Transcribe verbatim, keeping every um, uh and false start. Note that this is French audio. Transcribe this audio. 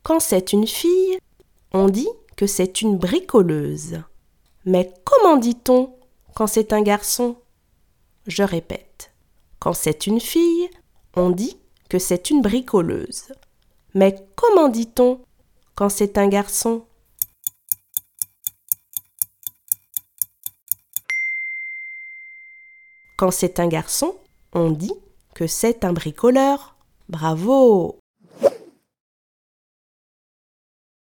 Quand c'est une fille, on dit que c'est une bricoleuse. Mais comment dit-on quand c'est un garçon? Je répète. Quand c'est une fille, on dit que c'est une bricoleuse. Mais comment dit-on quand c'est un garçon? Quand c'est un garçon, on dit que c'est un bricoleur. Bravo!